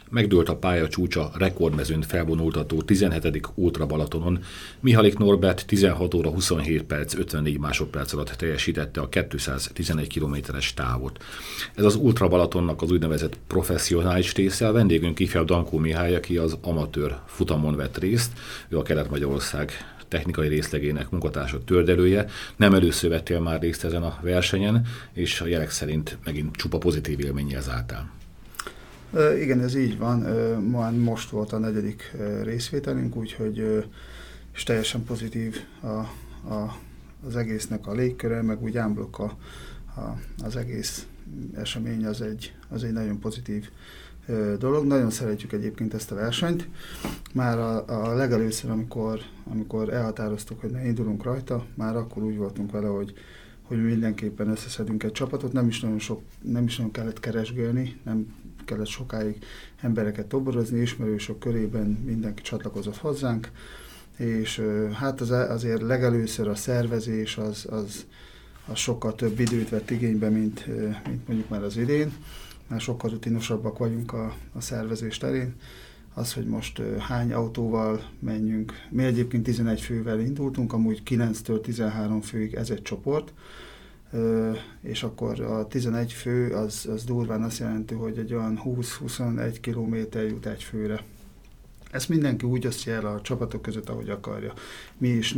Megdőlt a pálya csúcsa rekordmezőn felvonultató 17. Ultra Balatonon. Mihalik Norbert 16 óra 27 perc 54 másodperc alatt teljesítette a 211 kilométeres távot. Ez az Ultra Balatonnak az úgynevezett professzionális része. A vendégünk ifjabb Dankó Mihály, aki az amatőr futamon vett részt. Ő a Kelet-Magyarország technikai részlegének munkatársa, tördelője. Nem először vettél már részt ezen a versenyen, és a jelek szerint megint csupa pozitív élménnyel zártál. Igen, ez így van. Most volt a 4. részvételünk, úgyhogy és teljesen pozitív az egésznek a légköre, meg úgy ámblok az egész esemény, az egy nagyon pozitív dolog. Nagyon szeretjük egyébként ezt a versenyt. Már a legelőször, amikor elhatároztuk, hogy ne indulunk rajta, már akkor úgy voltunk vele, hogy mindenképpen összeszedünk egy csapatot, nem is nagyon kellett keresgélni, nem kellett sokáig embereket toborozni, ismerősök körében mindenki csatlakozott hozzánk, és hát azért legelőször a szervezés az sokkal több időt vett igénybe, mint mondjuk már az idén, már sokkal rutinosabbak vagyunk a szervezés terén. Az, hogy most hány autóval menjünk, mi egyébként 11 fővel indultunk, amúgy 9-től 13 főig ez egy csoport, és akkor a 11 fő az durván azt jelenti, hogy egy olyan 20-21 kilométer jut egy főre. Ezt mindenki úgy osztja el a csapatok között, ahogy akarja. Mi is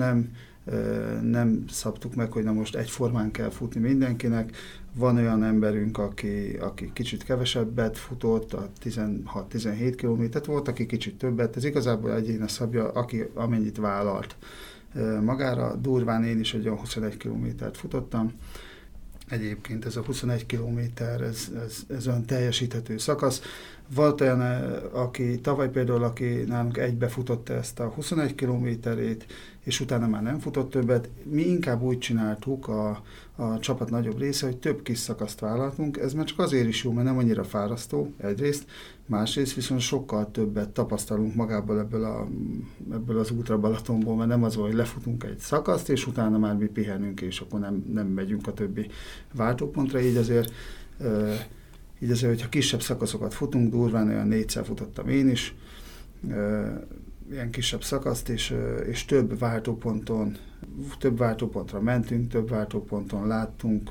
nem szabtuk meg, hogy na most egyformán kell futni mindenkinek. Van olyan emberünk, aki kicsit kevesebbet futott, a 16-17 kilométert, volt, aki kicsit többet. Ez igazából egyéne szabja, aki amennyit vállalt magára. Durván én is egy olyan 21 kilométert futottam. Egyébként ez a 21 kilométer, ez olyan teljesíthető szakasz. Volt olyan, aki tavaly például, aki nálunk egybe futotta ezt a 21 kilométerét, és utána már nem futott többet. Mi inkább úgy csináltuk a csapat nagyobb része, hogy több kis szakaszt vállaltunk. Ez már csak azért is jó, mert nem annyira fárasztó egyrészt, másrészt viszont sokkal többet tapasztalunk magából ebből az Ultra Balatonból, mert nem az, hogy lefutunk egy szakaszt, és utána már mi pihenünk, és akkor nem megyünk a többi váltópontra, így azért, hogyha kisebb szakaszokat futunk, durván olyan 4-szer futottam én is, ilyen kisebb szakaszt, és több váltópontra mentünk, több váltóponton láttunk,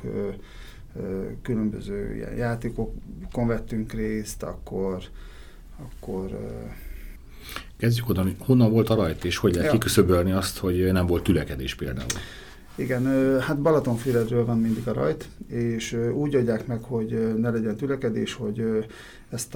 különböző ilyen játékokon vettünk részt, akkor kezdjük oda, honnan volt a rajt, és hogy lehet kiküszöbölni azt, hogy nem volt tülekedés például? Igen, hát Balatonfüredről van mindig a rajt, és úgy adják meg, hogy ne legyen tülekedés, hogy ezt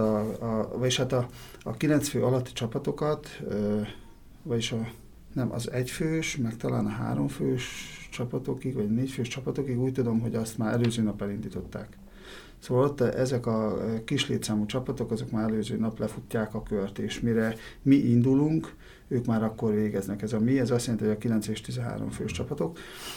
a 9 fő alatti csapatokat, vagyis az 1 fős, meg talán a 3 fős csapatokig, vagy 4 fős csapatokig úgy tudom, hogy azt már előző nap elindították. Szóval ott ezek a kis létszámú csapatok, azok már előző nap lefutják a kört, és mire mi indulunk, ők már akkor végeznek. Ez azt jelenti, hogy a 9 és 13 fős csapatok,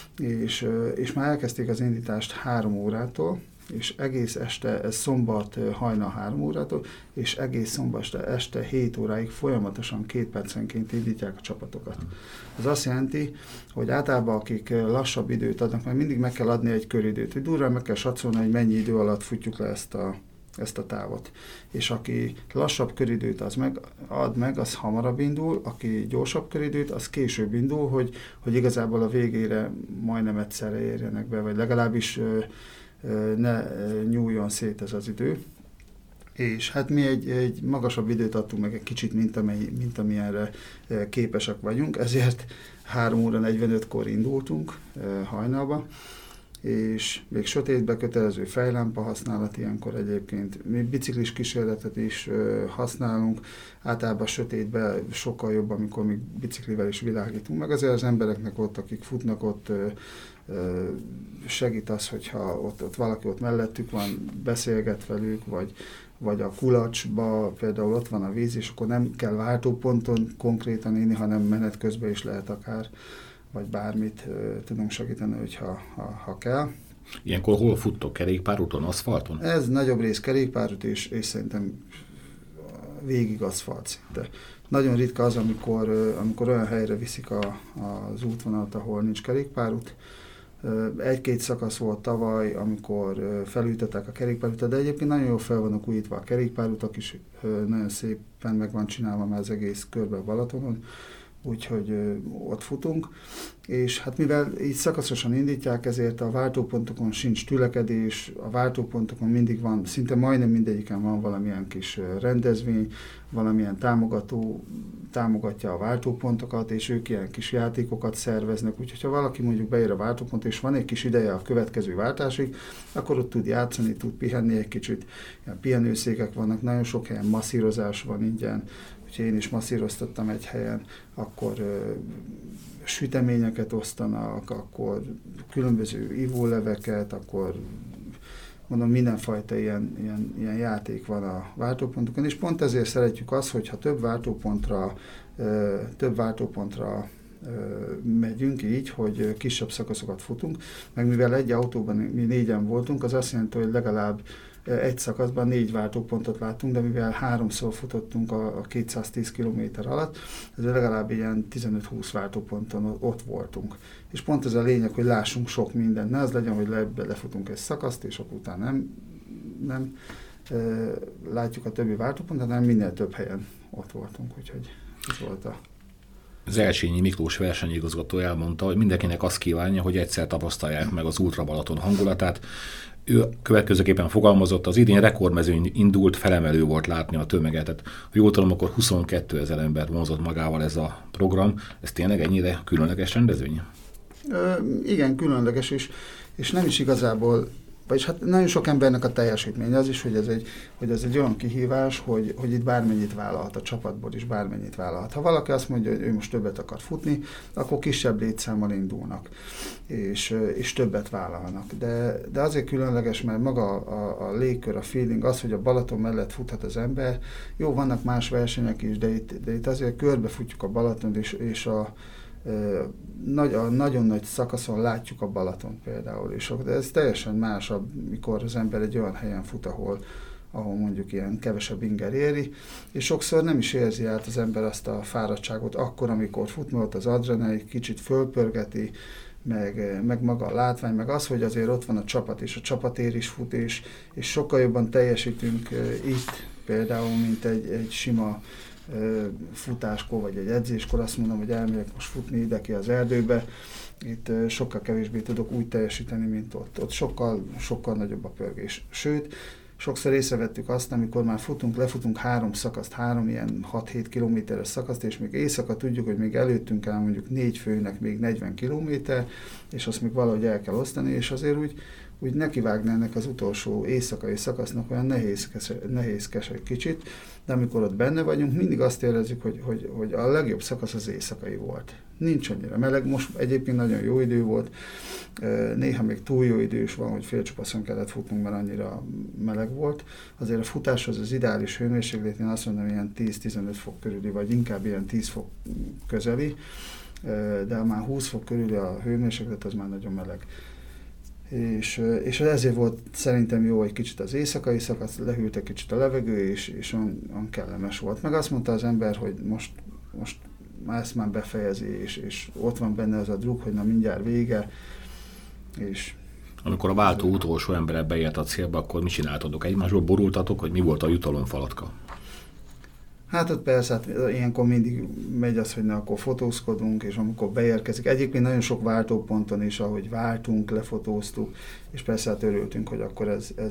és már elkezdték az indítást 3 órától, és egész este, ez szombat hajnal 3 órától, és egész szombat este 7 óráig folyamatosan 2 percenként indítják a csapatokat. Ez azt jelenti, hogy általában akik lassabb időt adnak, mert mindig meg kell adni egy köridőt, hogy durván meg kell satszolni, hogy mennyi idő alatt futjuk le ezt a távot. És aki lassabb köridőt ad meg, az hamarabb indul, aki gyorsabb köridőt, az később indul, hogy igazából a végére majdnem egyszerre érjenek be, vagy legalábbis ne nyúljon szét ez az idő. És hát mi egy magasabb időt adtunk meg egy kicsit, mint amilyenre képesek vagyunk, ezért 3 óra 45-kor indultunk hajnalba, és még sötétbe kötelező fejlámpa használat ilyenkor egyébként. Mi biciklis kísérletet is használunk, általában sötétbe sokkal jobb, amikor még biciklivel is világítunk, meg azért az embereknek ott, akik futnak ott, segít az, hogyha ott valaki ott mellettük van, beszélget velük, vagy a kulacsba például ott van a víz, és akkor nem kell váltóponton konkrétan inni, hanem menet közben is lehet akár, vagy bármit tudunk segíteni, hogyha ha kell. Ilyenkor hol futtok? Kerékpárúton, aszfalton? Ez nagyobb rész kerékpárút, és szerintem végig aszfalt szinte. Nagyon ritka az, amikor olyan helyre viszik az útvonalat, ahol nincs kerékpárút. Egy-két szakasz volt tavaly, amikor felújították a kerékpárutat, de egyébként nagyon jól fel vannak újítva a kerékpárutak is, nagyon szépen meg van csinálva már az egész körbe a Balatonon, úgyhogy ott futunk, és hát mivel így szakaszosan indítják, ezért a váltópontokon sincs tülekedés, a váltópontokon mindig van, szinte majdnem mindegyiken van valamilyen kis rendezvény, valamilyen támogató támogatja a váltópontokat, és ők ilyen kis játékokat szerveznek, úgyhogy ha valaki mondjuk beér a váltópont, és van egy kis ideje a következő váltásig, akkor ott tud játszani, tud pihenni egy kicsit, ilyen pihenőszékek vannak, nagyon sok helyen masszírozás van ingyen, úgyhogy én is masszíroztattam egy helyen, akkor süteményeket osztanak, akkor különböző ivóleveket, akkor mondom, mindenfajta ilyen játék van a váltópontokon, és pont ezért szeretjük azt, hogyha több váltópontra megyünk így, hogy kisebb szakaszokat futunk, meg mivel egy autóban mi 4-en voltunk, az azt jelenti, hogy legalább egy szakaszban 4 váltópontot láttunk, de mivel 3-szor futottunk a 210 km alatt, ezért legalább ilyen 15-20 váltóponton ott voltunk. És pont ez a lényeg, hogy lássunk sok mindent. Ne az legyen, hogy lefutunk egy szakaszt, és akkor utána nem látjuk a többi váltópontot, hanem minél több helyen ott voltunk, úgyhogy ez volt a... Zelcsényi Miklós versenyigazgató elmondta, hogy mindenkinek azt kívánja, hogy egyszer tapasztalják meg az Ultra Balaton hangulatát. Ő következőképpen fogalmazott, az idén rekordmezőn indult, felemelő volt látni a tömeget. Tehát, ha jól tudom, akkor 22 000 embert vonzott magával ez a program. Ez tényleg ennyire különleges rendezvény? Igen, különleges is, és nem is igazából, vagyis hát nagyon sok embernek a teljesítmény az is, hogy ez egy olyan kihívás, hogy itt bármennyit vállalhat, a csapatból is bármennyit vállalhat. Ha valaki azt mondja, hogy ő most többet akar futni, akkor kisebb létszámmal indulnak, és többet vállalnak. De azért különleges, mert maga a légkör, a feeling, az, hogy a Balaton mellett futhat az ember, jó, vannak más versenyek is, de itt azért körbefutjuk a Balatont, és a nagyon nagy szakaszon látjuk a Balaton például, de ez teljesen másabb, mikor az ember egy olyan helyen fut, ahol mondjuk ilyen kevesebb inger éri, és sokszor nem is érzi át az ember azt a fáradtságot akkor, amikor fut, mert ott az adrenalin kicsit fölpörgeti, meg maga a látvány, meg az, hogy azért ott van a csapat, és a csapatér is fut, és sokkal jobban teljesítünk itt például, mint egy sima futáskor, vagy egy edzéskor, azt mondom, hogy elmegyek most futni ide ki az erdőbe, itt sokkal kevésbé tudok úgy teljesíteni, mint ott. Ott sokkal nagyobb a pörgés. Sőt, sokszor észrevettük azt, amikor már lefutunk 3 szakaszt, 3 ilyen 6-7 kilométeres szakaszt, és még éjszaka tudjuk, hogy még előttünk áll mondjuk 4 főnek még 40 kilométer, és azt még valahogy el kell osztani, és azért úgy nekivágni ennek az utolsó éjszakai szakasznak olyan nehézkes egy kicsit, de amikor ott benne vagyunk, mindig azt érezzük, hogy a legjobb szakasz az éjszakai volt. Nincs annyira meleg, most egyébként nagyon jó idő volt, néha még túl jó idő is van, hogy félcsupaszon kellett futnunk, mert annyira meleg volt. Azért a futáshoz az ideális hőmérséklet, én azt mondom, ilyen 10-15 fok körüli, vagy inkább ilyen 10 fok közeli, de már 20 fok körüli a hőmérséklet, az már nagyon meleg. És ezért volt szerintem jó egy kicsit az éjszakai szakasz, lehűlt egy kicsit a levegő, és olyan kellemes volt. Meg azt mondta az ember, hogy most már ezt már befejezi, és ott van benne az a druk, hogy na mindjárt vége. És amikor a váltó utolsó embere beért a célba, akkor mit csináltatok? Egymásból borultatok, hogy mi volt a jutalomfalatka? Hát ott persze, hát ilyenkor mindig megy az, hogy akkor fotózkodunk, és amikor beérkezik. Egyébként nagyon sok váltóponton is, ahogy váltunk, lefotóztuk, és persze hát örültünk, hogy akkor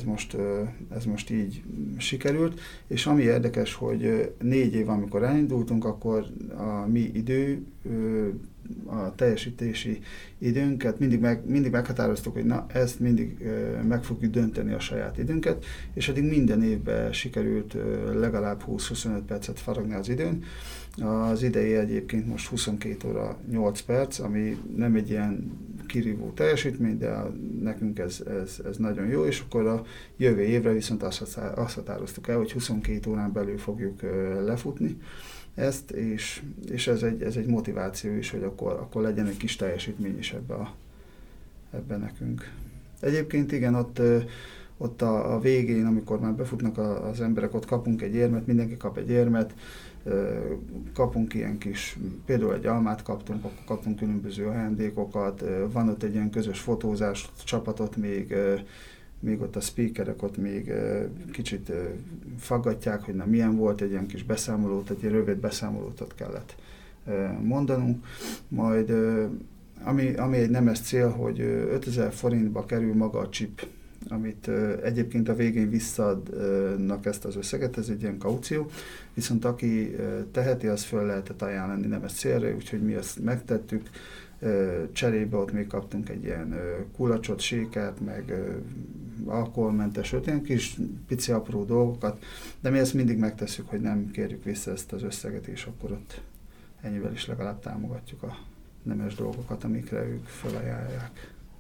ez most így sikerült. És ami érdekes, hogy 4 év, amikor elindultunk, akkor a mi a teljesítési időnket mindig meghatároztuk, hogy na, ezt mindig meg fogjuk dönteni a saját időnket, és eddig minden évben sikerült legalább 20-25 percet faragni az időn. Az idei egyébként most 22 óra 8 perc, ami nem egy ilyen kirívó teljesítmény, de nekünk ez nagyon jó, és akkor a jövő évre viszont azt határoztuk el, hogy 22 órán belül fogjuk lefutni ezt, és ez egy motiváció is, hogy akkor legyen egy kis teljesítmény is ebben nekünk. Egyébként igen, ott a végén, amikor már befutnak az emberek, ott kapunk egy érmet, mindenki kap egy érmet, kapunk ilyen kis, például egy almát kaptunk, akkor kaptunk különböző ajándékokat, van ott egy ilyen közös fotózás csapatot, még ott a speakerek ott még kicsit faggatják, hogy na milyen volt, egy ilyen kis beszámolót, egy rövid beszámolót ott kellett mondanunk. Majd ami egy nemes cél, hogy 5000 forintba kerül maga a chip, amit egyébként a végén visszaadnak ezt az összeget, ez egy ilyen kaució, viszont aki teheti, az föl lehetett ajánlani nemes célra, úgyhogy mi ezt megtettük. Cserébe ott még kaptunk egy ilyen kulacsot, sékert, meg alkoholmentes, ilyen kis pici apró dolgokat, de mi ezt mindig megtesszük, hogy nem kérjük vissza ezt az összeget, és akkor ott ennyivel is legalább támogatjuk a nemes dolgokat, amikre ők felajánlják.